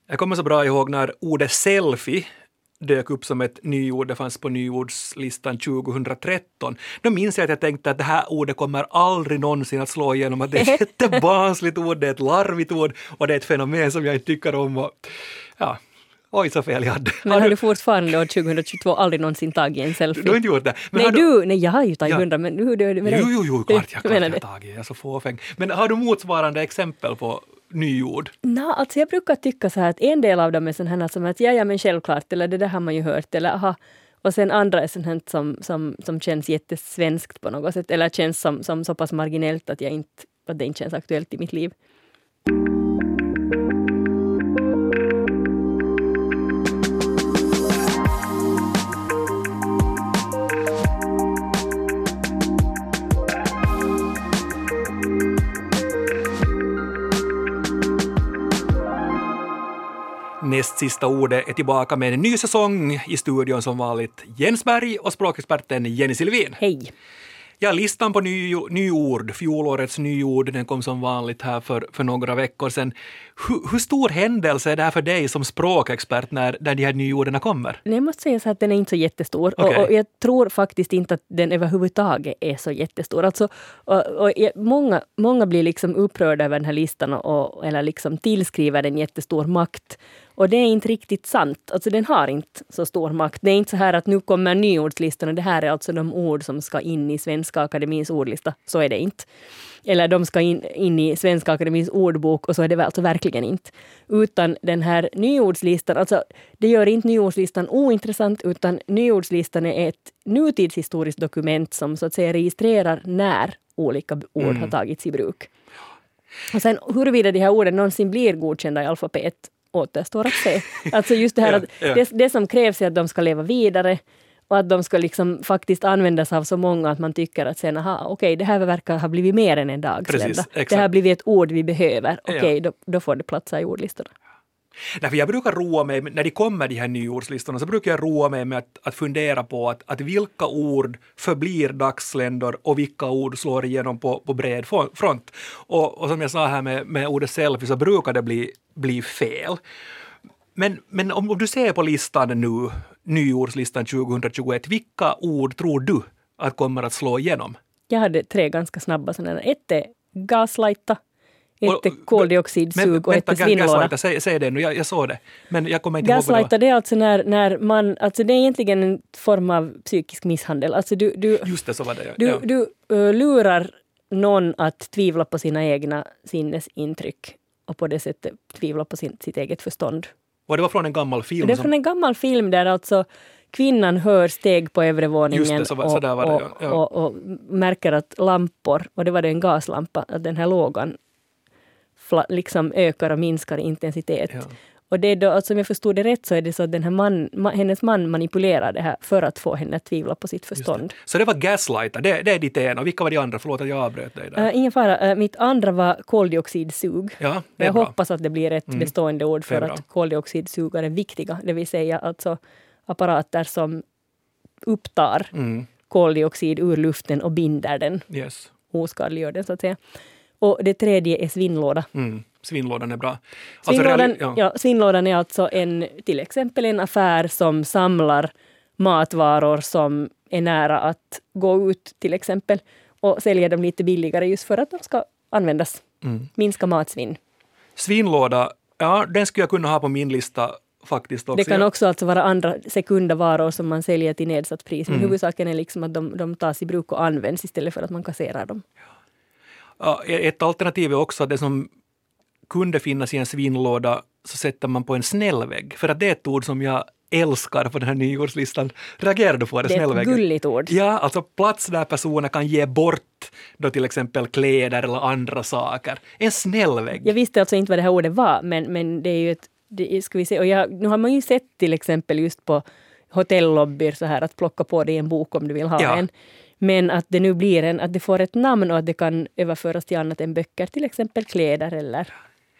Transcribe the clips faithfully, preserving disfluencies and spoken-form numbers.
Jag kommer så bra ihåg när ordet selfie dök upp som ett nyord, det fanns på nyordslistan tjugohundratretton. Då minns jag att jag tänkte att det här ordet kommer aldrig någonsin att slå igenom, att det är ett jättebarnsligt ord, det är ett larvigt ord och det är ett fenomen som jag inte tycker om. Och, ja, oj så fel jag hade. Men har, har du, du fortfarande år tjugohundratjugotvå aldrig någonsin tagit en selfie? Du har inte gjort det. Men nej, du, du, nej, jag har ju tagit ja. hundra, men hur är det med dig? Jo, jo, jo, klart jag, klart jag har tagit, jag är så fåfäng. Men har du motsvarande exempel på nyord? Nej, alltså jag brukar tycka så här att en del av dem är sån här som att ja, ja men självklart, eller det där har man ju hört, eller aha. Och sen andra är sån här som, som, som känns jättesvenskt på något sätt, eller känns som, som så pass marginellt att, jag inte, att det inte känns aktuellt i mitt liv. Näst sista ordet är tillbaka med en ny säsong i studion som vanligt. Jens Berg och språkexperten Jenny Silvin. Hej! Ja, listan på ny, nyord, fjolårets nyord, den kom som vanligt här för, för några veckor sedan. Hur, hur stor händelse är det här för dig som språkexpert när, när de här nyorden kommer? Jag måste säga så att den är inte så jättestor. Okay. Och, och jag tror faktiskt inte att den överhuvudtaget är så jättestor. Alltså, och, och jag, många, många blir liksom upprörda över den här listan och, eller liksom tillskriver den jättestor makt. Och det är inte riktigt sant. Alltså den har inte så stor makt. Det är inte så här att nu kommer nyordslistan och det här är alltså de ord som ska in i Svenska Akademins ordlista. Så är det inte. Eller de ska in, in i Svenska Akademins ordbok och så är det alltså verkligen inte. Utan den här nyordslistan, alltså det gör inte nyordslistan ointressant utan nyordslistan är ett nutidshistoriskt dokument som så att säga registrerar när olika ord mm. har tagits i bruk. Och sen huruvida de här orden någonsin blir godkända i alfabet återstår att se. Alltså just det här ja, att ja. Det, det som krävs är att de ska leva vidare och att de ska liksom faktiskt användas av så många att man tycker att sen, aha, okej, okay, det här verkar ha blivit mer än en dagslända. Det här har blivit ett ord vi behöver. Okej, okay, ja. då, då får det platsa i ordlistorna. Därför jag brukar roa mig, när de kommer de här nyordslistorna så brukar jag roa mig med att, att fundera på att, att vilka ord förblir dagsländor och vilka ord slår igenom på, på bred front. Och, och som jag sa här med, med ordet selfie så brukar det bli, bli fel. Men, men om, om du ser på listan nu, nyordslistan tjugohundratjugoett, vilka ord tror du att kommer att slå igenom? Jag hade tre ganska snabba sådana. Ett är gaslighta. Ett är koldioxidsug och ett är svinnlåda. Säg, säg det nu, jag, jag såg det. Men jag kommer inte gaslighta, ihåg vad det var. Det är alltså när, när man, alltså det är egentligen en form av psykisk misshandel. Alltså du, du, Just det, så var det. Ja. Du, ja. du uh, lurar någon att tvivla på sina egna sinnesintryck och på det sättet tvivla på sin, sitt eget förstånd. Och det var från en gammal film? Det är som... från en gammal film där alltså kvinnan hör steg på övre våningen det, så, och, så där var det, ja. Ja. Och, och, och märker att lampor, och det var det en gaslampa, att den här lågan fla, liksom ökar och minskar i intensitet. Ja. Och det är då, alltså, om jag förstod det rätt så är det så att den här man, ma, hennes man manipulerar det här för att få henne att tvivla på sitt förstånd. Det. Så det var gaslighter, det, det är ditt ena. Och vilka var de andra? Förlåt att jag avbröt dig där. Uh, ingen fara. Uh, mitt andra var koldioxidsug. Ja, det är jag bra. hoppas att det blir ett mm. bestående ord för att koldioxidsugar är viktiga. Det vill säga alltså apparater som upptar mm. koldioxid ur luften och binder den. Yes. Oskadliggör den så att säga. Och det tredje är svinnlåda. Mm. Svinnlådan är bra. Svinnlådan, alltså, ja. Ja, svinnlådan är alltså en, till exempel en affär som samlar matvaror som är nära att gå ut till exempel och säljer dem lite billigare just för att de ska användas. Mm. Minska matsvinn. Svinnlåda, ja, den skulle jag kunna ha på min lista faktiskt också. Det kan också alltså vara andra sekunda varor som man säljer till nedsatt pris. Men mm. huvudsaken är liksom att de, de tas i bruk och används istället för att man kasserar dem. Ja, ett alternativ är också det som kunde finnas i en svinnlåda så sätter man på en snällvägg. För att det är ett ord som jag älskar på den här nyordslistan. Reagerar du på det? Det är snällvägg? Ett gulligt ord. Ja, alltså plats där personer kan ge bort då till exempel kläder eller andra saker. En snällvägg. Jag visste alltså inte vad det här ordet var, men, men det är ju ett, det ska vi se. Och jag, nu har man ju sett till exempel just på hotellobbyer så här att plocka på dig en bok om du vill ha ja. en. Men att det nu blir en, att det får ett namn och att det kan överföras till annat än böcker, till exempel kläder eller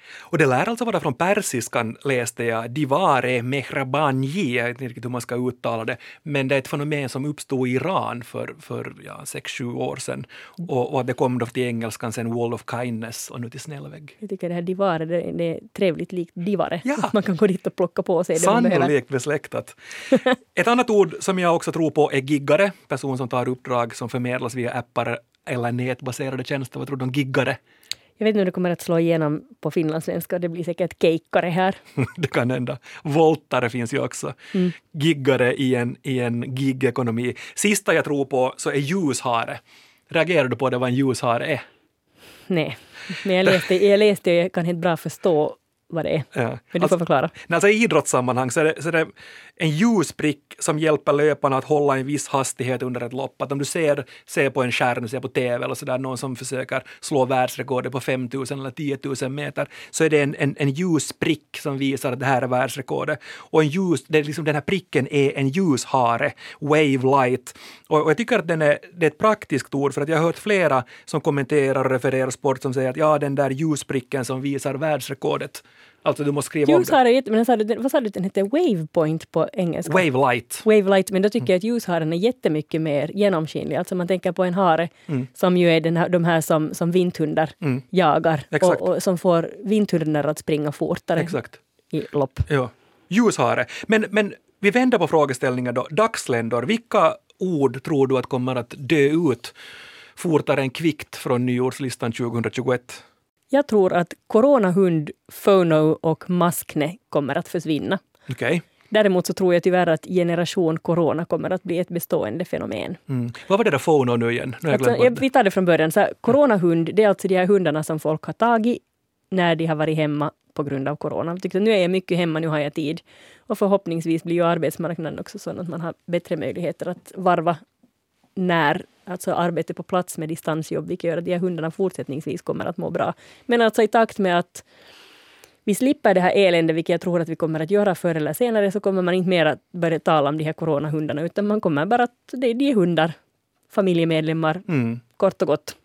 Och det lär alltså vara från persiskan, läste jag, divare mehrabanji, jag vet inte riktigt hur man ska uttala det, men det är ett fenomen som uppstod i Iran för, för ja, sex sju år sedan. Och, och det kom då till engelskan sen wall of kindness och nu till snällvägg. Jag tycker det här divare, det, det är trevligt likt divare. Ja. Man kan gå dit och plocka på sig det man behöver. Sannolikt besläktat. Ett annat ord som jag också tror på är giggare, person som tar uppdrag som förmedlas via appar eller nätbaserade tjänster. Vad tror du om giggare? Jag vet inte om det kommer att slå igenom på finlandssvenska. Det blir säkert keikkare här. Det kan hända. Voltare finns ju också. Mm. Giggare i en, i en gigekonomi. Sista jag tror på så är ljushare. Reagerar du på det vad en ljushare är? Nej, men jag läste, jag läste och jag kan helt bra förstå vad det är. Ja. Men du alltså, får förklara. Alltså i idrottssammanhang så är, det, så är det en ljusprick som hjälper löparna att hålla en viss hastighet under ett lopp. Att om du ser, ser på en skärm, ser på tv eller så där, någon som försöker slå världsrekordet på fem tusen eller tio tusen meter, så är det en, en, en ljusprick som visar att det här är världsrekordet. Och en ljus, det är liksom, den här pricken är en ljushare, wave light. Och, och jag tycker att den är, det är ett praktiskt ord, för att jag har hört flera som kommenterar och refererar sport som säger att ja, den där ljuspricken som visar världsrekordet. Alltså du måste skriva ljushare, om det. Men sa du, vad sa du den heter? Wavepoint på engelska? Wave light. Wave light, men då tycker jag att ljusharen är jättemycket mer genomskinlig. Alltså man tänker på en hare mm. som ju är den här, de här som, som vinthundar mm. jagar. Och, och som får vinthundar att springa fortare Exakt. i lopp. Ja, ljushare. Men, men vi vänder på frågeställningen då. Dagsländor, vilka ord tror du att kommer att dö ut fortare än kvickt från nyordslistan tjugohundratjugoett? Jag tror att coronahund, Fono och maskne kommer att försvinna. Okay. Däremot så tror jag tyvärr att generation corona kommer att bli ett bestående fenomen. Mm. Vad var det där Fono nu igen? Nu alltså, jag, vi tar det från början. Så här, coronahund, det är alltså de här hundarna som folk har tagit när de har varit hemma på grund av corona. Jag tyckte, nu är jag mycket hemma, nu har jag tid. Och förhoppningsvis blir ju arbetsmarknaden också så att man har bättre möjligheter att varva när alltså arbete på plats med distansjobb, vilket gör att de här hundarna fortsättningsvis kommer att må bra. Men alltså i takt med att vi slipper det här elände, vilket jag tror att vi kommer att göra förr eller senare, så kommer man inte mer att börja tala om de här coronahundarna, utan man kommer bara att det är de hundar, familjemedlemmar, mm. kort och gott.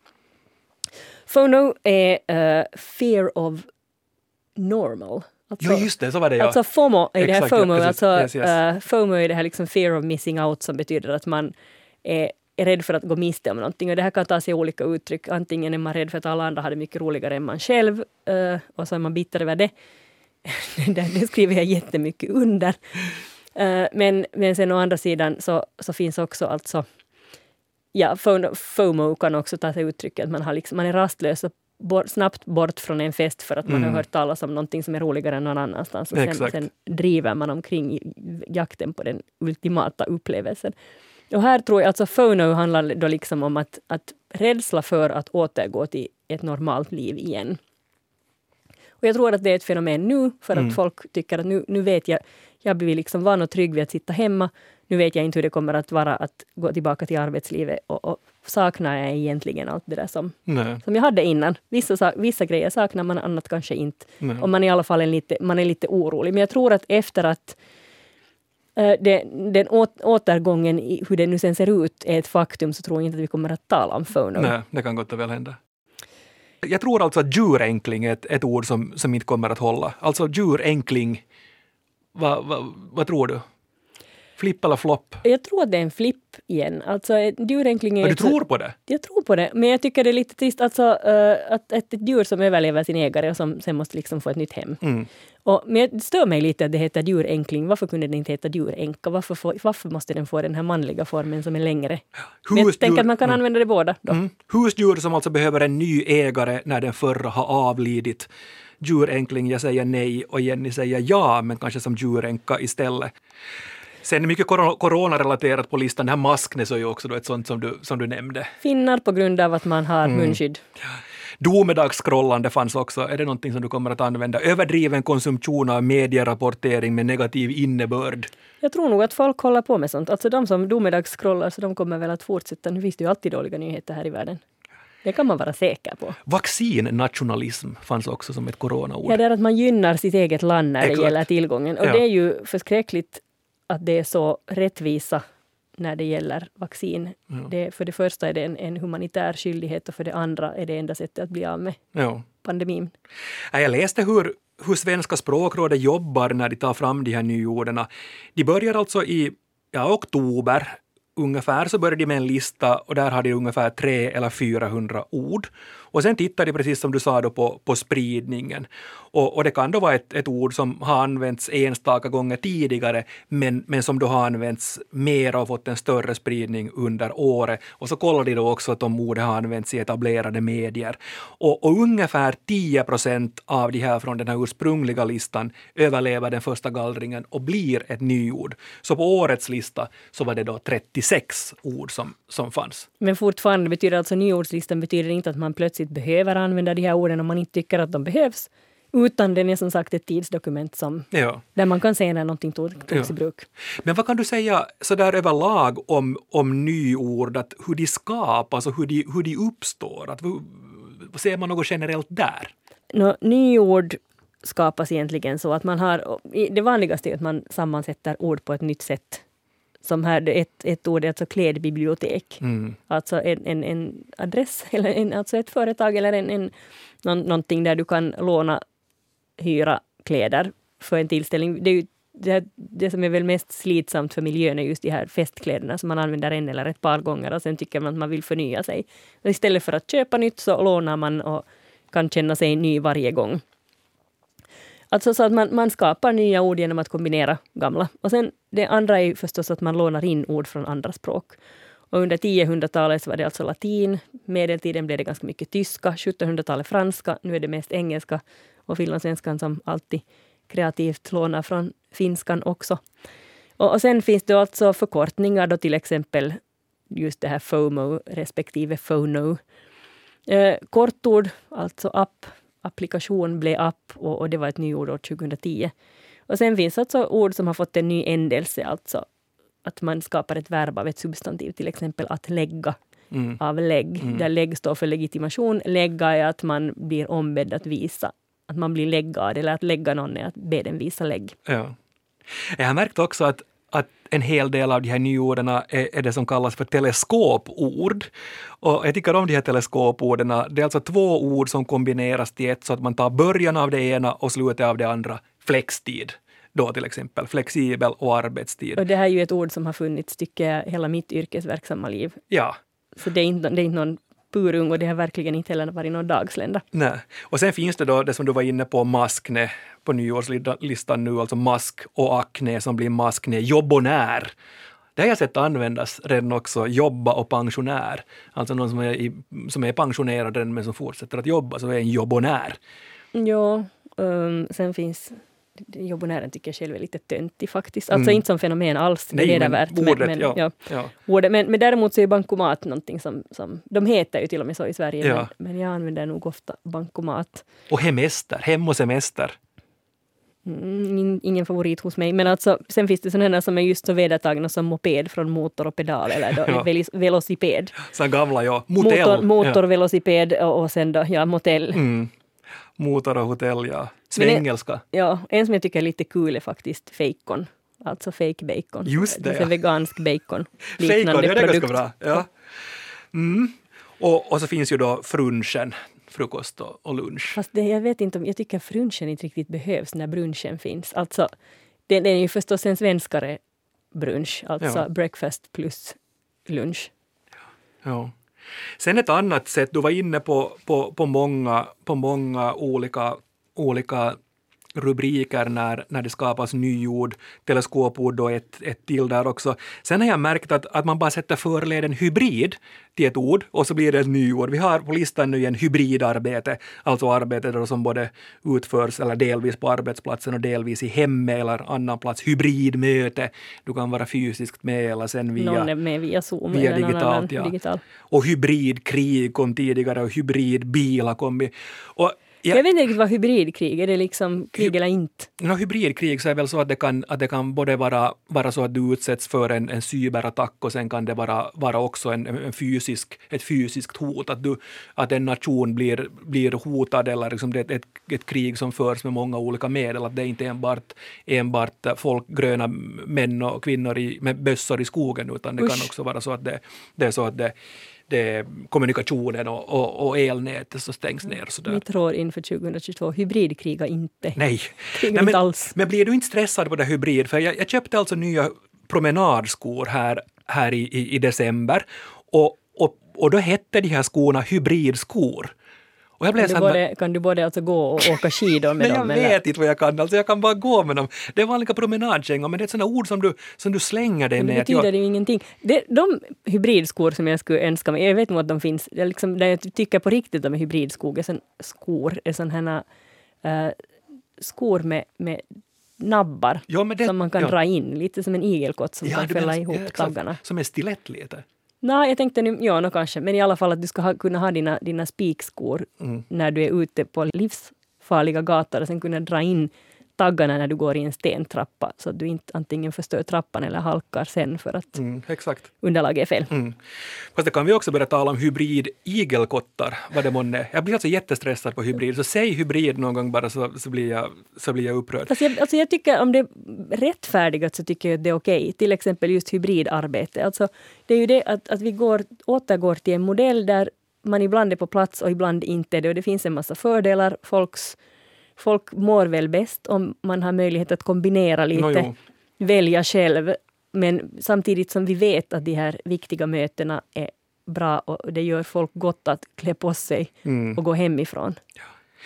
Fono är uh, fear of normal. Alltså, jo, just det, så var det ja. Alltså FOMO är det här FOMO, ja, alltså yes, yes. Uh, FOMO är det här liksom fear of missing out, som betyder att man är är rädd för att gå miste om någonting. Och det här kan ta sig olika uttryck. Antingen är man rädd för att alla andra har det mycket roligare än man själv. Uh, och så är man bitter över det. Det skriver jag jättemycket under. Uh, men, men sen å andra sidan så, så finns också alltså... Ja, FOMO kan också ta sig uttryck att man, har liksom, man är rastlös och bort, snabbt bort från en fest för att man mm. har hört talas om någonting som är roligare än någon annanstans. Och sen, sen driver man omkring i jakten på den ultimata upplevelsen. Och här tror jag, alltså FOMO handlar då liksom om att, att rädsla för att återgå till ett normalt liv igen. Och jag tror att det är ett fenomen nu, för att mm. folk tycker att nu, nu vet jag, jag blir liksom van och trygg vid att sitta hemma. Nu vet jag inte hur det kommer att vara att gå tillbaka till arbetslivet, och, och saknar jag egentligen allt det där som, som jag hade innan. Vissa, vissa grejer saknar man, annat kanske inte. Nej. Och man är i alla fall en lite, man är lite orolig. Men jag tror att efter att Det, den åt, återgången i hur det nu sen ser ut är ett faktum, så tror jag inte att vi kommer att tala om FOMO. Nej, det kan gott och väl hända. Jag tror alltså att djurenkling är ett, ett ord som, som inte kommer att hålla. Alltså djurenkling, vad va, va tror du? Flipp eller flopp? Jag tror att det är en flipp igen. Alltså djurenkling är... Men du tror på det? Jag tror på det, men jag tycker det är lite trist alltså, uh, att ett, ett djur som överlever sin ägare och som sen måste liksom få ett nytt hem. Mm. Och, men det stör mig lite att det heter djurenkling. Varför kunde det inte heta djuränka? Varför, få, varför måste den få den här manliga formen som är längre? Men jag tänker att man kan mm. använda det båda då. Mm. Husdjur som alltså behöver en ny ägare när den förra har avlidit. Djurenkling, jag säger nej och Jenny säger ja, men kanske som djuränka istället. Sen är mycket corona-relaterat på listan. Den här masken är ju också då ett sånt som du, som du nämnde. Finnar på grund av att man har mm. munskydd. Domedagsskrollande fanns också. Är det någonting som du kommer att använda? Överdriven konsumtion av medierapportering med negativ innebörd. Jag tror nog att folk håller på med sånt. Alltså de som domedagskrollar, så de kommer väl att fortsätta. Nu finns det ju alltid dåliga nyheter här i världen. Det kan man vara säker på. Vaccinnationalism fanns också som ett coronaord. Ja, det är att man gynnar sitt eget land när Exakt. Det gäller tillgången. Och ja. Det är ju förskräckligt att det är så rättvisa när det gäller vaccin. Ja. Det, för det första är det en, en humanitär skyldighet och för det andra är det enda sättet att bli av med ja. pandemin. Jag läste hur, hur Svenska språkrådet jobbar när de tar fram de här nyorden. De börjar alltså i ja, oktober ungefär, så börjar de med en lista och där har de ungefär tre eller fyrahundra ord. Och sen tittar de precis som du sa då på, på spridningen. Och, och det kan då vara ett, ett ord som har använts enstaka gånger tidigare men, men som då har använts mer och fått en större spridning under året. Och så kollar de då också att de orden har använts i etablerade medier. Och, och ungefär tio procent av de här från den här ursprungliga listan överlever den första gallringen och blir ett nyord. Så på årets lista så var det då trettiosex ord som, som fanns. Men fortfarande betyder alltså nyordslistan betyder inte att man plötsligt behöver använda de här orden om man inte tycker att de behövs. Utan den är som sagt ett tidsdokument som, ja. där man kan se när någonting togs ja. i bruk. Men vad kan du säga så där överlag om, om nyord, att hur de skapas och hur de, hur de uppstår? Att, ser man något generellt där? No, nyord skapas egentligen så att man har, det vanligaste är att man sammansätter ord på ett nytt sätt. Som här, ett, ett ord är alltså klädbibliotek. Mm. Alltså en, en, en adress, eller en, alltså ett företag eller en, en, någon, någonting där du kan låna, hyra kläder för en tillställning. Det är ju det, det som är väl mest slitsamt för miljön är just de här festkläderna som man använder en eller ett par gånger och sen tycker man att man vill förnya sig. Och istället för att köpa nytt så lånar man och kan känna sig ny varje gång. Alltså så att man, man skapar nya ord genom att kombinera gamla. Och sen det andra är ju förstås att man lånar in ord från andra språk. Och under tiohundratalet var det alltså latin. Medeltiden blev det ganska mycket tyska. sjuttonhundratalet franska. Nu är det mest engelska. Och finlandssvenskan som alltid kreativt lånar från finskan också. Och, och sen finns det alltså förkortningar då, till exempel just det här FOMO respektive FONO. Eh, kortord, alltså app. Applikation blev app och, och det var ett nyord år tjugohundratio. Och sen finns alltså ord som har fått en ny ändelse, alltså att man skapar ett verb av ett substantiv, till exempel att lägga mm. av lägg. Mm. Där lägg står för legitimation. Lägga är att man blir ombedd att visa, att man blir läggad, eller att lägga någon är att be den visa lägg. Ja. Jag har märkt också att att en hel del av de här nyorden är, är det som kallas för teleskopord. Och jag tycker om de här teleskoporden. Det är alltså två ord som kombineras till ett så att man tar början av det ena och slutet av det andra. Flextid. Då till exempel flexibel och arbetstid. Och det här är ju ett ord som har funnits, tycker jag, hela mitt yrkesverksamma liv. Ja. Så det är inte, det är inte någon purung och det har verkligen inte heller varit någon dagslända. Nej. Och sen finns det då det som du var inne på, maskne på nyårslistan nu, alltså mask och akne som blir maskne, jobbonär. Det har jag sett användas redan också, jobba och pensionär. Alltså någon som är, i, som är pensionerad men som fortsätter att jobba, så är en jobbonär. Ja, um, sen finns jobbonären tycker jag själv är lite töntig faktiskt. Alltså mm. inte som fenomen alls. Nej, det är värt, men, ordet, men, ja. ja. ja. Ordet, men, men däremot så är bankomat någonting som, som de heter ju till och med så i Sverige. Ja. Men, men jag använder nog ofta bankomat. Och hemester, hem och semester. Mm, ingen favorit hos mig. Men alltså, sen finns det sådana som är just så vedertagna som moped från motor och pedal. Eller då, ja. velis, velociped. Så gamla, ja. Motell. Motor, motor ja. velociped och, och sen då, ja, motell. Mm. Motor och hotell, ja. Svengelska. En, ja, en som jag tycker är lite kul är faktiskt fejkon. Alltså fake bacon. Just det, det är ja. vegansk bacon. Liknande ja, det är produkt. Ganska bra. Ja. Mm. Och, och så finns ju då frunchen, frukost och, och lunch. Fast det, jag vet inte om, jag tycker frunchen inte riktigt behövs när brunchen finns. Alltså, det, det är ju förstås en svenskare brunch. Alltså ja. breakfast plus lunch. Ja. Sen ett annat sätt, du var inne på, på, på, många, på många olika, olika rubriker när, när det skapas nyord, teleskopord och ett, ett till där också. Sen har jag märkt att, att man bara sätter förleden hybrid till ett ord och så blir det ett nyord. Vi har på listan nu en hybridarbete, alltså arbete som både utförs eller delvis på arbetsplatsen och delvis i hemmet eller annan plats. Hybridmöte, du kan vara fysiskt med eller sen via, någon är med via Zoom via eller digitalt. Någon ja. digital. Och hybridkrig kom tidigare och hybridbil har kommit. Och Ja. Jag vet inte riktigt vad hybridkrig är. Det liksom krig Hy- eller inte? No, hybridkrig så är väl så att det kan, att det kan både vara, vara så att du utsätts för en, en cyberattack och sen kan det vara, vara också en, en fysisk, ett fysiskt hot. Att, du, att en nation blir, blir hotad eller liksom det är ett, ett krig som förs med många olika medel. Att det är inte enbart, enbart folk, gröna män och kvinnor i, med bössor i skogen, utan det Usch. kan också vara så att det, det är så att det Det är kommunikationen och, och, och elnätet som stängs ner. Sådär. Mitt råd inför tjugohundratjugotvå, hybridkriga inte. Nej, Nej men, inte alls. men blir du inte stressad på det hybrid? För jag, jag köpte alltså nya promenadskor här, här i, i, i december och, och, och då hette de här skorna hybridskor. Och jag blev kan, du både, men, kan du både alltså gå och åka skidor med men dem? Jag eller? vet inte vad jag kan. Alltså jag kan bara gå med dem. Det är vanliga promenadkängor, men det är ett sådana ord som du, som du slänger dig med. Det betyder jag... ju ingenting. Det, de hybridskor som jag skulle önska mig, jag vet inte att de finns, det är liksom, där jag tycker på riktigt de är hybridskor, är sån, skor, är sån här uh, skor med, med nabbar ja, det, som man kan ja. dra in, lite som en igelkott som ja, kan fälla ihop ja, taggarna. Som en stilett lite. Nej, jag tänkte nu, ja, no, kanske, men i alla fall att du ska ha, kunna ha dina, dina spikskor mm. när du är ute på livsfarliga gator och sen kunna dra in taggarna när du går i en stentrappa så att du inte antingen förstör trappan eller halkar sen för att mm, exakt. underlaget är fel. Mm. Fast det kan vi också börja tala om hybrid-igelkottar, vad det månne. Jag blir alltså jättestressad på hybrid, så säg hybrid någon gång bara så, så, blir, jag, så blir jag upprörd. Alltså jag, alltså jag tycker om det är rättfärdigat så tycker jag att det är okej. Till exempel just hybridarbete. Alltså det är ju det att, att vi går, återgår till en modell där man ibland är på plats och ibland inte det. Och det finns en massa fördelar. Folks Folk mår väl bäst om man har möjlighet att kombinera lite, no, välja själv. Men samtidigt som vi vet att de här viktiga mötena är bra och det gör folk gott att klä på sig mm. och gå hemifrån. Ja.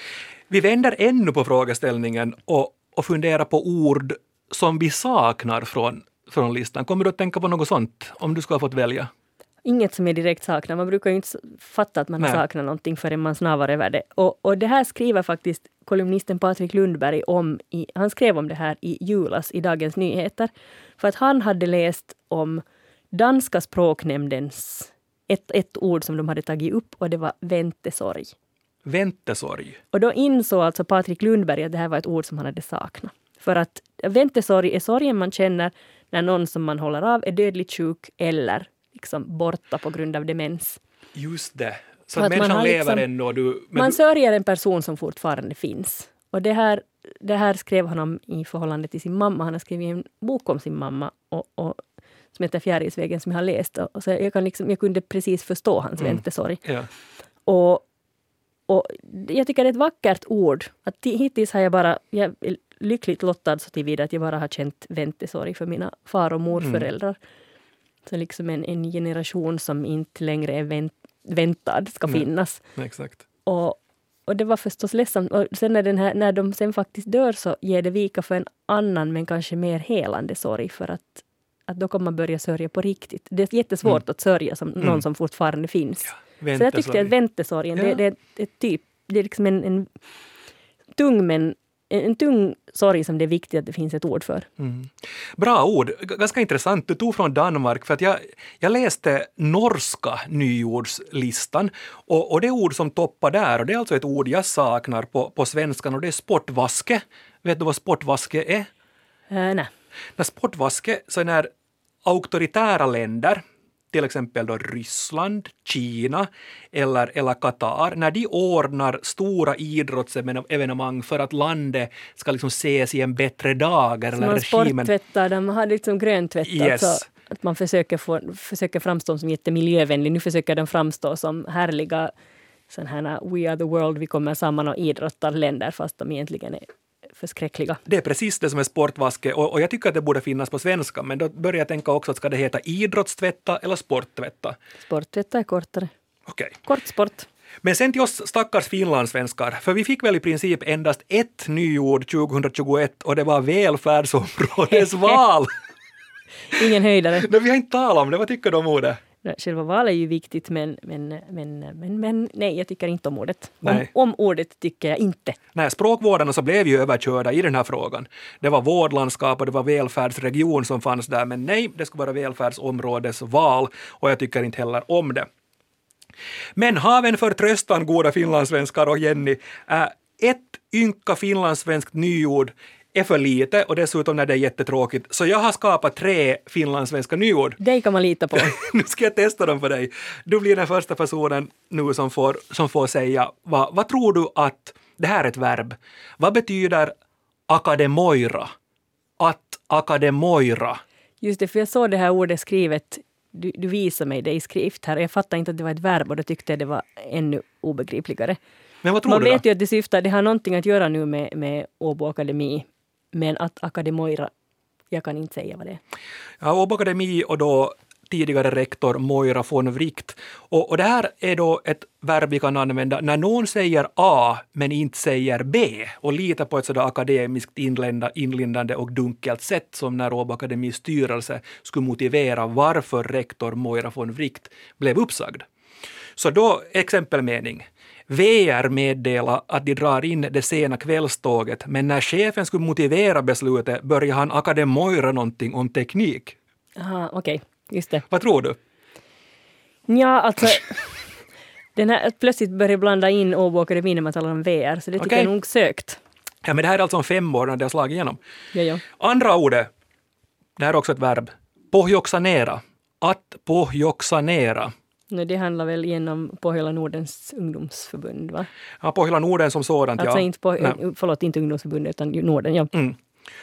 Vi vänder ännu på frågeställningen och, och funderar på ord som vi saknar från, från listan. Kommer du att tänka på något sånt om du skulle ha fått välja? Inget som jag direkt saknar. Man brukar ju inte fatta att man Nej. saknar någonting förrän man snavar över det. Och, och det här skriver faktiskt kolumnisten Patrik Lundberg om. I, han skrev om det här i julas i Dagens Nyheter. För att han hade läst om danska språknämndens ett, ett ord som de hade tagit upp och det var väntesorg. Väntesorg. Och då insåg alltså Patrik Lundberg att det här var ett ord som han hade saknat. För att väntesorg är sorgen man känner när någon som man håller av är dödligt sjuk eller liksom borta på grund av demens. Just det. Så att, att människan lever liksom, ändå. Du, man du... sörjer en person som fortfarande finns. Och det här, det här skrev han om i förhållande till sin mamma. Han har skrivit en bok om sin mamma och, och, som heter Fjärilsvägen som jag har läst. Och så jag, kan liksom, jag kunde precis förstå hans mm. väntesorg. Ja. Och, och jag tycker det är ett vackert ord. Att hittills har jag bara... Jag är lyckligt lottad så tillvida att jag bara har känt väntesorg för mina far- och morföräldrar. Mm. Så liksom en, en generation som inte längre är vänt, väntad ska Nej. finnas. Nej, exakt. Och, och det var förstås ledsamt. Och sen när, den här, när de sen faktiskt dör så ger det vika för en annan men kanske mer helande sorg. För att, att då kommer man börja sörja på riktigt. Det är jättesvårt mm. att sörja som någon mm. som fortfarande finns. Ja, så jag tyckte att väntesorgen, ja. det, det, det är typ, det är liksom en, en tung men En tung sorg som det är viktigt att det finns ett ord för. Mm. Bra ord. G- ganska intressant. Du tog från Danmark för att jag, jag läste norska nyordslistan och, och det ord som toppar där och det är alltså ett ord jag saknar på, på svenskan och det är sportvaske. Vet du vad sportvaske är? Uh, nej. När sportvaske så är när auktoritära länder till exempel då Ryssland, Kina eller, eller Qatar, när de ordnar stora idrottsevenemang för att landet ska liksom ses i en bättre dag. Eller man regimen. Sporttvättar, de har liksom gröntvättat. Yes. Alltså att man försöker, få, försöker framstå som jättemiljövänlig. Nu försöker de framstå som härliga sån här we are the world, vi kommer samman och idrottar länder fast de egentligen är förskräckliga. Det är precis det som är sportvaske och, och jag tycker att det borde finnas på svenska men då börjar jag tänka också att ska det heta idrottstvätta eller sporttvätta? Sporttvätta är kortare. Okej. Okay. Kort sport. Men sen till oss stackars finlandssvenskar, för vi fick väl i princip endast ett nyord tjugohundratjugoett och det var välfärdsområdesval. Ingen höjdare. Nej, vi har inte talat om det, vad tycker du om ordet? Själva val är ju viktigt men, men, men, men, men nej, jag tycker inte om ordet. Om, om ordet tycker jag inte. Nej, språkvårdarna så blev ju överkörda i den här frågan. Det var vårdlandskap och det var välfärdsregion som fanns där, men nej, det skulle vara välfärdsområdesval och jag tycker inte heller om det. Men haven för tröstan, goda finlandssvenskar och Jenny, äh, ett ynka finlandssvenskt nyord är för lite och dessutom när det är jättetråkigt. Så jag har skapat tre finlandssvenska nyord. Det kan man lita på. Nu ska jag testa dem för dig. Du blir den första personen nu som får, som får säga, vad, vad tror du att, det här är ett verb, vad betyder akademoira? Att akademoira. Just det, för jag såg det här ordet skrivet, du, du visade mig det i skrift här. Jag fattade inte att det var ett verb och då tyckte jag det var ännu obegripligare. Men vad tror man du då? vet ju att det syftar, det har någonting att göra nu med, med Åbo Akademi. Men att akademoira, jag kan inte säga vad det är. Ja, Åbo Akademi och då tidigare rektor Moira von Wright. Och, och det här är då ett verb vi kan använda när någon säger A men inte säger B och litar på ett sådär akademiskt inlända, inlindande och dunkelt sätt som när Åbo Akademis styrelse skulle motivera varför rektor Moira von Wright blev uppsagd. Så då exempelmening. V R meddelar att de drar in det sena kvällståget, men när chefen skulle motivera beslutet började han akademoira någonting om teknik. Aha, okej, okay. Just det. Vad tror du? Ja, alltså den här plötsligt börjar blanda in Åbo Akademi när man talar om V R, så det tycker okay. jag nog sökt. Ja, men det här är alltså om fem år när det har slagit igenom. Ja, ja. Andra ordet, det här är också ett verb, pohjoxanera. Att pohjoxanera. Nej, det handlar väl genom Pohjola Nordens ungdomsförbund, va? Ja, Pohjola Norden som sådant, alltså ja. Inte på, förlåt, inte ungdomsförbundet utan Norden, ja. Mm.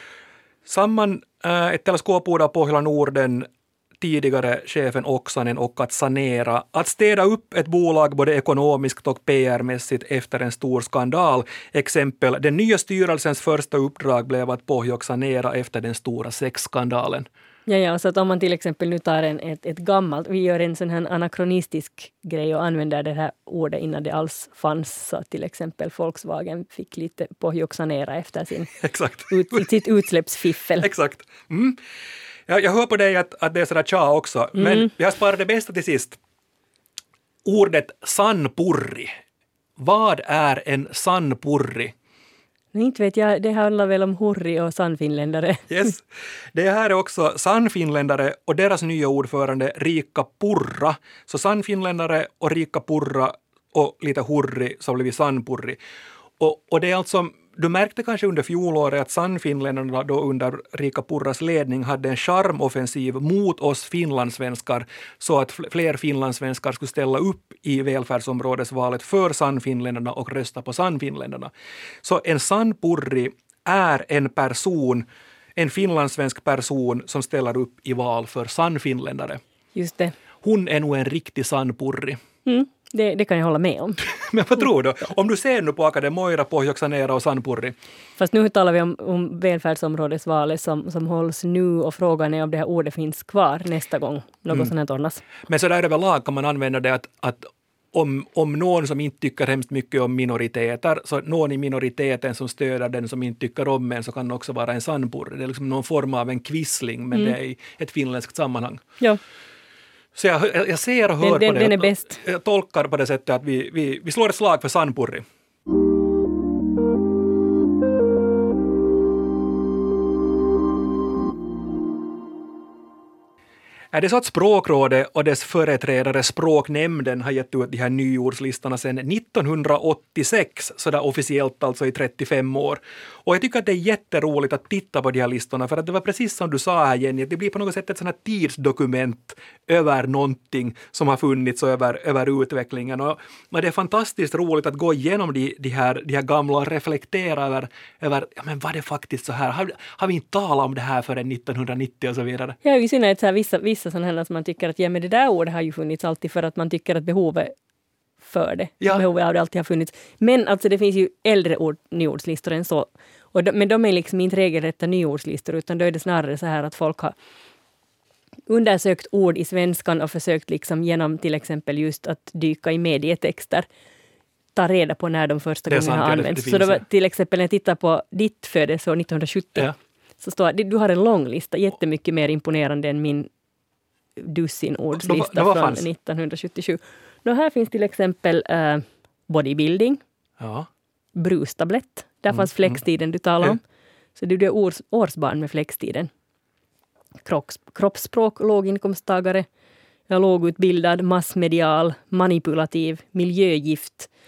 Samman äh, ett teleskopord av Pohjola Norden, tidigare chefen Oksanen och att sanera, att städa upp ett bolag både ekonomiskt och P R-mässigt efter en stor skandal. Exempel, den nya styrelsens första uppdrag blev att pohjoxanera efter den stora sexskandalen. Ja, ja, så att om man till exempel nu tar en, ett, ett gammalt, vi gör en sån här anakronistisk grej och använder det här ordet innan det alls fanns, så att till exempel Volkswagen fick lite pohjoxanera efter sin, Exakt. Ut, sitt utsläppsfiffel. Exakt. Mm. Jag, jag hör på dig att, att det är sådär tja också, mm. men jag sparar det bästa till sist. Ordet sannpurri. Vad är en sannpurri? Nej, inte vet jag, det handlar väl om hurri och sannfinländare. Yes. Det här är också sannfinländare och deras nya ordförande Riikka Purra. Så sannfinländare och Riikka Purra och lite hurri så blir vi sannpurri. Och, och det är alltså, du märkte kanske under fjolåret att sannfinländarna då under Riikka Purras ledning hade en charmoffensiv mot oss finlandssvenskar så att fler finlandssvenskar skulle ställa upp i välfärdsområdesvalet för sannfinländarna och rösta på sannfinländarna. Så en sannpurri är en person, en finlandssvensk person som ställer upp i val för sannfinländare. Just det. Hon är nog en riktig sannpurri. Mm. Det, det kan jag hålla med om. Men vad tror du? Om du ser nu på akademoira, pohjoxanera och sannpurri. Fast nu talar vi om, om välfärdsområdesvalet som, som hålls nu och frågan är om det här ordet finns kvar nästa gång något mm. sånt här tornas. Men så där överlag kan man använda det att, att om, om någon som inte tycker hemskt mycket om minoriteter, så någon i minoriteten som stöder den som inte tycker om en, så kan det också vara en sannpurri. Det är liksom någon form av en kvissling, men mm. det är i ett finländskt sammanhang. Ja. Så jag, jag ser och hör den, på det. Den är bäst. Jag tolkar på det sättet att vi, vi, vi slår ett slag för sannpurri. Är det så att Språkrådet och dess företrädare Språknämnden har gett ut de här nyordslistorna sedan nittonhundraåttiosex, så där officiellt alltså i trettiofem år. Och jag tycker att det är jätteroligt att titta på de här listorna, för att det var precis som du sa här, Jenny, att det blir på något sätt ett sånt här tidsdokument över någonting som har funnits och över, över utvecklingen. Och, och det är fantastiskt roligt att gå igenom de, de, här, de här gamla och reflektera över, över ja, men var det faktiskt så här? Har, har vi inte talat om det här förrän nittonhundranittio och så vidare? Ja, i synnerhet så här vissa, vissa sådana här som man tycker att ja, men det där ordet har ju funnits alltid för att man tycker att behovet för det. Ja. Behovet av det alltid har funnits. Men alltså det finns ju äldre ord, nyordslistor än så. Och de, men de är liksom inte regelrätta nyordslistor, utan då är det snarare så här att folk har undersökt ord i svenskan och försökt liksom genom till exempel just att dyka i medietexter ta reda på när de första gången har använts. Så då, till exempel när jag tittar på ditt födelseår nittonhundrasjuttio ja. Så står det, du har en lång lista, jättemycket mer imponerande än min dussinordslista från fanns? nittonhundrasjuttiosju. Då här finns till exempel uh, bodybuilding, ja. brustablett, där mm, fanns flextiden du talar om. Så det är års, årsbarn med flextiden. Kropps, kroppsspråk, låginkomsttagare, lågutbildad, massmedial, manipulativ, miljögift,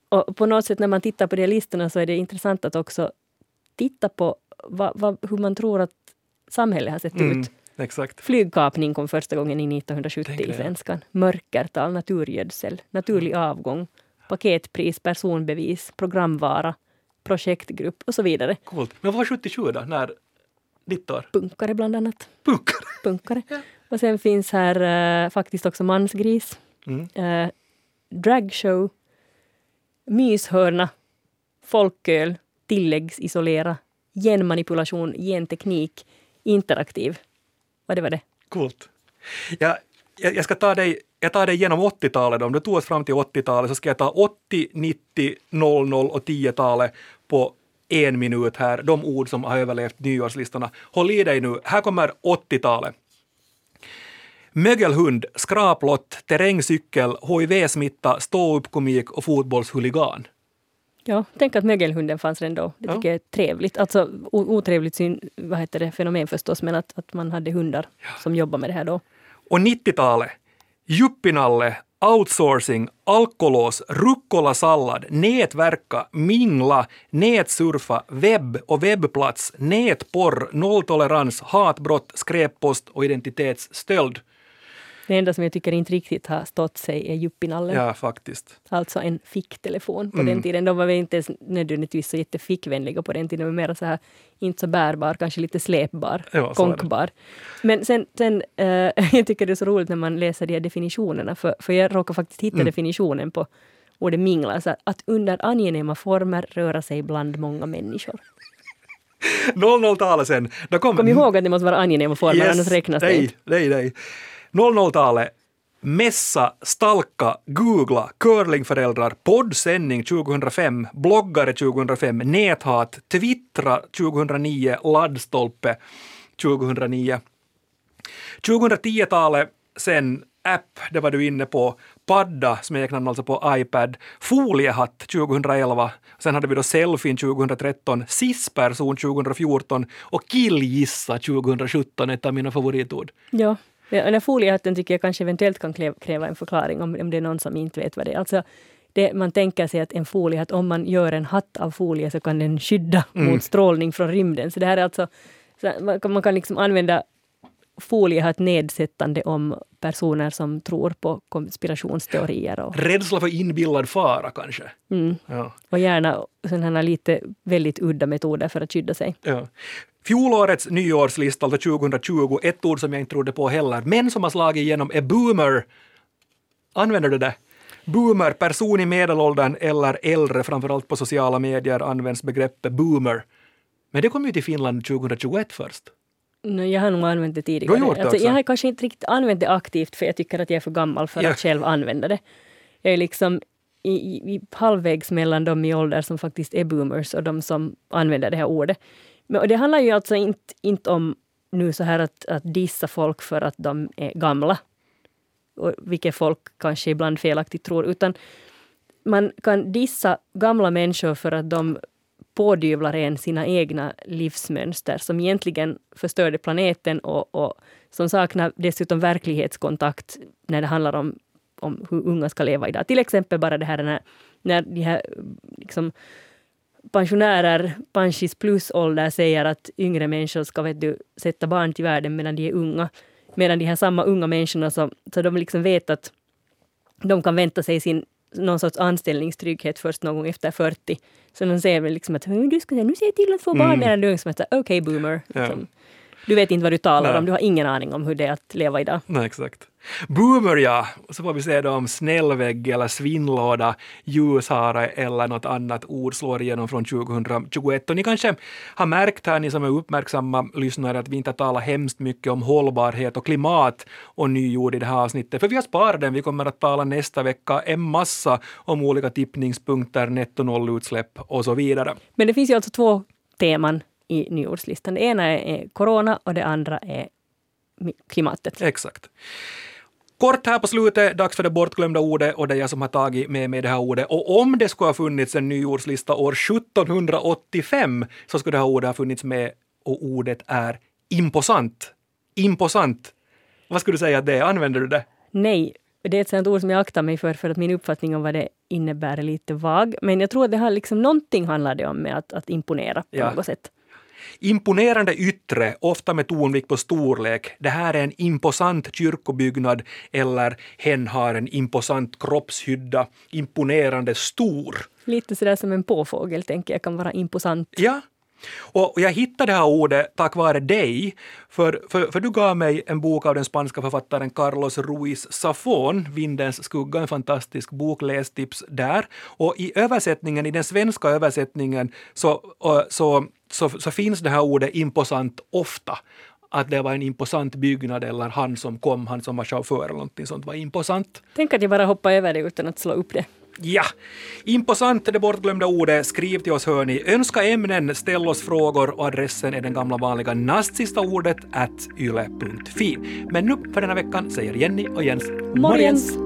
Och på något sätt när man tittar på de listorna så är det intressant att också titta på vad, vad, hur man tror att samhället har sett Mm, ut. exakt. Flygkapning kom första gången i nittonhundrasjuttio i svenskan. Mörkertal, naturgödsel, naturlig avgång, paketpris, personbevis, programvara, projektgrupp och så vidare. Coolt. Men vad var sjuttiosju då? När ditt år? Punkare bland annat. Punkare? Punkare. Ja. Och sen finns här uh, faktiskt också mansgris, Mm. uh, dragshow, myshörna, folköl, tilläggsisolera, genmanipulation, genteknik, interaktiv. Vad det var det? Coolt. Ja, jag, jag ska ta dig, jag tar dig genom åttiotalet. Om du tog oss fram till åttiotalet så ska jag ta åttio, nittio, noll noll och tio-talet på en minut här. De ord som har överlevt nyårslistorna. Håll i dig nu. Här kommer åttiotalet. Mögelhund, skraplott, terrängcykel, H I V-smitta, ståuppkomik och fotbollshuligan. Ja, tänk att mögelhunden fanns redan då. Det tycker ja. jag är trevligt. Alltså otrevligt syn, vad heter det, fenomen förstås, men att, att man hade hundar ja. som jobbar med det här då. Och nittiotalet. Juppinalle, outsourcing, alkolås, rucola-sallad, nätverka, mingla, nätsurfa, webb och webbplats, nätporr, nolltolerans, hatbrott, skräppost och identitetsstöld. Det enda som jag tycker inte riktigt har stått sig är juppinallen. Ja, faktiskt. Alltså en ficktelefon på Mm. den tiden. De var väl inte nödvändigtvis så jättefickvänliga på den tiden. De var mer så här, inte så bärbar, kanske lite släpbar, ja, konkbar. Men sen, sen äh, jag tycker det är så roligt när man läser de här definitionerna. För, för jag råkar faktiskt hitta mm. definitionen på ordet mingla. Så att under angenäma former röra sig bland många människor. noll noll-talet sen. Då kom, Kom ihåg att det måste vara angenäma former, yes, annars räknas det nej, inte. Nej, nej. noll noll-talet. Mässa, stalka, googla, curlingföräldrar, poddsändning tjugohundrafem, bloggare tjugohundrafem, näthat, twittra tjugohundranio, laddstolpe tjugohundranio. tjugohundratio-talet sen app, det var du inne på, padda, smeknamn alltså på iPad, foliehatt tjugohundraelva, sen hade vi då selfie tjugohundratretton, cis-person tjugohundrafjorton och killgissa tjugohundrasjutton, ett av mina favoritord. Ja. Ja, den här foliehatten tycker jag kanske eventuellt kan kräva en förklaring om, om det är någon som inte vet vad det är. Alltså, det, man tänker sig att en foliehatt, om man gör en hatt av folie så kan den skydda mm. mot strålning från rymden. Så det här är alltså, så man, man kan liksom använda foliehatt nedsättande om personer som tror på konspirationsteorier. Och, rädsla för inbillad fara kanske. Mm. Ja. Och gärna sådana lite väldigt udda metoder för att skydda sig. Ja. Fjolårets nyårslista, alltså tjugohundratjugo, ett ord som jag inte trodde på heller, men som har slagit igenom är boomer. Använder du det? Boomer, person i medelåldern eller äldre, framförallt på sociala medier används begreppet boomer. Men det kom ju till Finland tjugohundratjugoett först. No, jag har nog använt det tidigare. Du har gjort det alltså, också. jag har kanske inte riktigt använt det aktivt för jag tycker att jag är för gammal för ja. att själv använda det. Jag är liksom i, i, i halvvägs mellan de i ålder som faktiskt är boomers och de som använder det här ordet. Men, och det handlar ju alltså inte, inte om nu så här att, att dissa folk för att de är gamla. Och vilket folk kanske ibland felaktigt tror. Utan man kan dissa gamla människor för att de pådyvlar en sina egna livsmönster som egentligen förstörde planeten och, och som saknar dessutom verklighetskontakt när det handlar om, om hur unga ska leva idag. Till exempel bara det här när, när de här liksom, pensionärer, pensis plus ålder säger att yngre människor ska vet du, sätta barn till världen medan de är unga. Medan de här samma unga människorna så, så de liksom vet att de kan vänta sig sin någon sorts anställningstrygghet först någon gång efter fyrtio. Så de säger väl liksom att du ska nu se till att få barn medan du är som att okej okay, boomer. Ja. Liksom. Du vet inte vad du talar Nej. om. Du har ingen aning om hur det är att leva idag. Nej, exakt. Boomer, ja. Så får vi se då om snällvägg eller svinnlåda, ljushare eller något annat ord slår igenom från tjugohundratjugoett. Och ni kanske har märkt här, ni som är uppmärksamma lyssnare, att vi inte talar hemskt mycket om hållbarhet och klimat och nyord i det här avsnittet. För vi har sparat den. Vi kommer att tala nästa vecka en massa om olika tippningspunkter, netto-nollutsläpp och så vidare. Men det finns ju alltså två teman i nyårslistan. Det ena är corona och det andra är klimatet. Exakt. Kort här på slutet, dags för det bortglömda ordet och det är jag som har tagit med mig det här ordet. Och om det skulle ha funnits en nyårslista år sjuttonhundraåttiofem så skulle det här ordet ha funnits med och ordet är imposant. Imposant. Vad skulle du säga att det är? Använder du det? Nej, det är ett sånt ord som jag aktar mig för, för att min uppfattning om vad det innebär är lite vag. Men jag tror att det har liksom någonting handlar det om med att, att imponera på ja. något sätt. Imponerande yttre, ofta med tonvikt på storlek. Det här är en imposant kyrkobyggnad eller hen har en imposant kroppshydda. Imponerande stor. Lite sådär som en påfågel tänker jag kan vara imposant. Ja. Och jag hittade det här ordet tack vare dig, för, för, för du gav mig en bok av den spanska författaren Carlos Ruiz Zafón, Vindens skugga, en fantastisk bok, lästips där. Och i översättningen, i den svenska översättningen så, så, så, så finns det här ordet imposant ofta. Att det var en imposant byggnad eller han som kom, han som var chaufför eller någonting sånt var imposant. Tänk att jag bara hoppar över det utan att slå upp det. Ja, imposant det bortglömda ordet. Skriv till oss hör ni. Önska ämnen, ställ oss frågor och adressen är den gamla vanliga nastsista ordet at yle punkt fi. Men nu för denna veckan säger Jenny och Jens morgens.